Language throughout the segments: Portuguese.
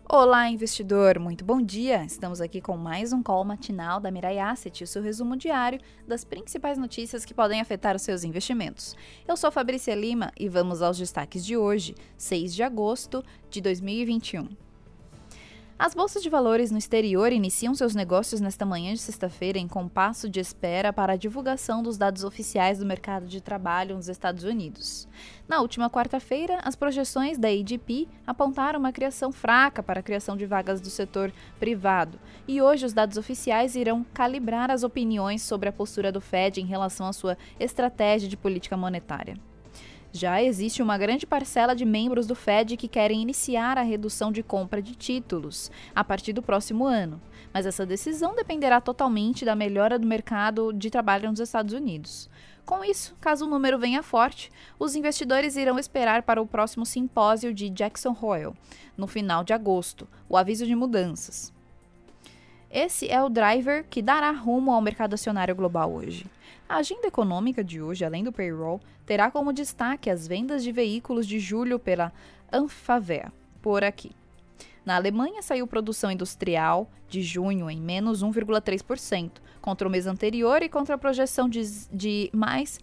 Olá, investidor! Muito bom dia! Estamos aqui com mais um call matinal da Mirai Asset, o seu resumo diário das principais notícias que podem afetar os seus investimentos. Eu sou Fabrícia Lima e vamos aos destaques de hoje, 6 de agosto de 2021. As bolsas de valores no exterior iniciam seus negócios nesta manhã de sexta-feira em compasso de espera para a divulgação dos dados oficiais do mercado de trabalho nos Estados Unidos. Na última quarta-feira, as projeções da ADP apontaram uma criação fraca para a criação de vagas do setor privado, e hoje os dados oficiais irão calibrar as opiniões sobre a postura do Fed em relação à sua estratégia de política monetária. Já existe uma grande parcela de membros do Fed que querem iniciar a redução de compra de títulos a partir do próximo ano, mas essa decisão dependerá totalmente da melhora do mercado de trabalho nos Estados Unidos. Com isso, caso o número venha forte, os investidores irão esperar para o próximo simpósio de Jackson Hole, no final de agosto, o aviso de mudanças. Esse é o driver que dará rumo ao mercado acionário global hoje. A agenda econômica de hoje, além do payroll, terá como destaque as vendas de veículos de julho pela Anfavea, por aqui. Na Alemanha, saiu produção industrial de junho em menos 1,3%, contra o mês anterior e contra a projeção de mais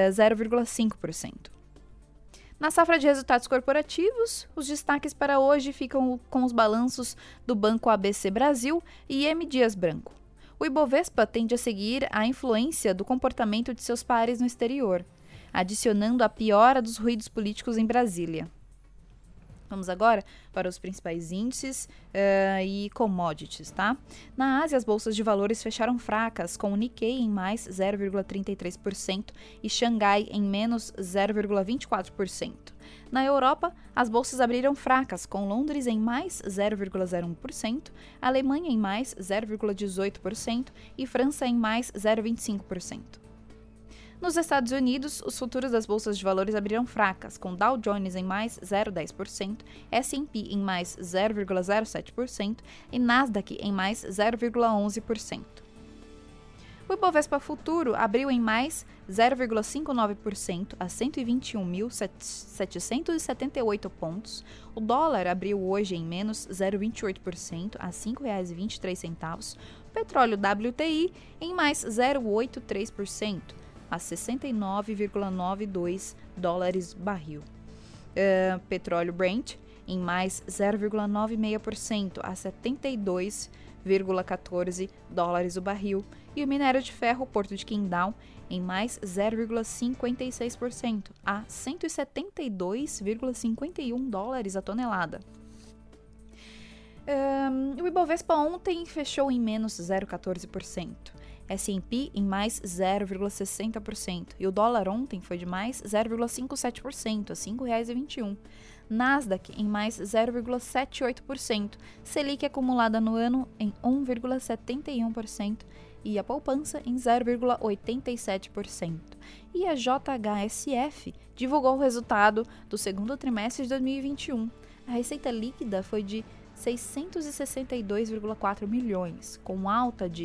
0,5%. Na safra de resultados corporativos, os destaques para hoje ficam com os balanços do Banco ABC Brasil e M. Dias Branco. O Ibovespa tende a seguir a influência do comportamento de seus pares no exterior, adicionando a piora dos ruídos políticos em Brasília. Vamos agora para os principais índices e commodities, tá? Na Ásia, as bolsas de valores fecharam fracas, com o Nikkei em mais 0,33% e Xangai em menos 0,24%. Na Europa, as bolsas abriram fracas, com Londres em mais 0,01%, Alemanha em mais 0,18% e França em mais 0,25%. Nos Estados Unidos, os futuros das bolsas de valores abriram fracas, com Dow Jones em mais 0,10%, S&P em mais 0,07% e Nasdaq em mais 0,11%. O Ibovespa Futuro abriu em mais 0,59% a 121.778 pontos. O dólar abriu hoje em menos 0,28% a R$ 5,23. O petróleo WTI em mais 0,83%. A 69,92 dólares barril. Petróleo Brent em mais 0,96% a 72,14 dólares o barril. E o minério de ferro Porto de Qingdao em mais 0,56% a 172,51 dólares a tonelada. O Ibovespa ontem fechou em menos 0,14%. S&P em mais 0,60% e o dólar ontem foi de mais 0,57% a R$ 5,21. Nasdaq em mais 0,78%, Selic acumulada no ano em 1,71% e a poupança em 0,87%. E a JHSF divulgou o resultado do segundo trimestre de 2021. A receita líquida foi de 662,4 milhões, com alta de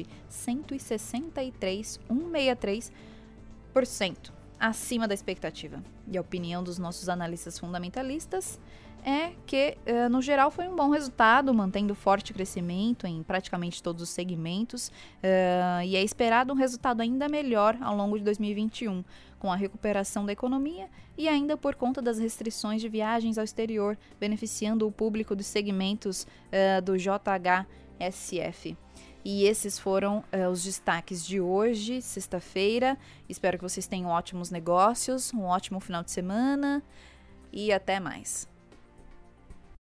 163,163% acima da expectativa. E a opinião dos nossos analistas fundamentalistas é que, no geral, foi um bom resultado, mantendo forte crescimento em praticamente todos os segmentos, e é esperado um resultado ainda melhor ao longo de 2021, com a recuperação da economia e ainda por conta das restrições de viagens ao exterior, beneficiando o público dos segmentos do JHSF. E esses foram os destaques de hoje, sexta-feira. Espero que vocês tenham ótimos negócios, um ótimo final de semana e até mais.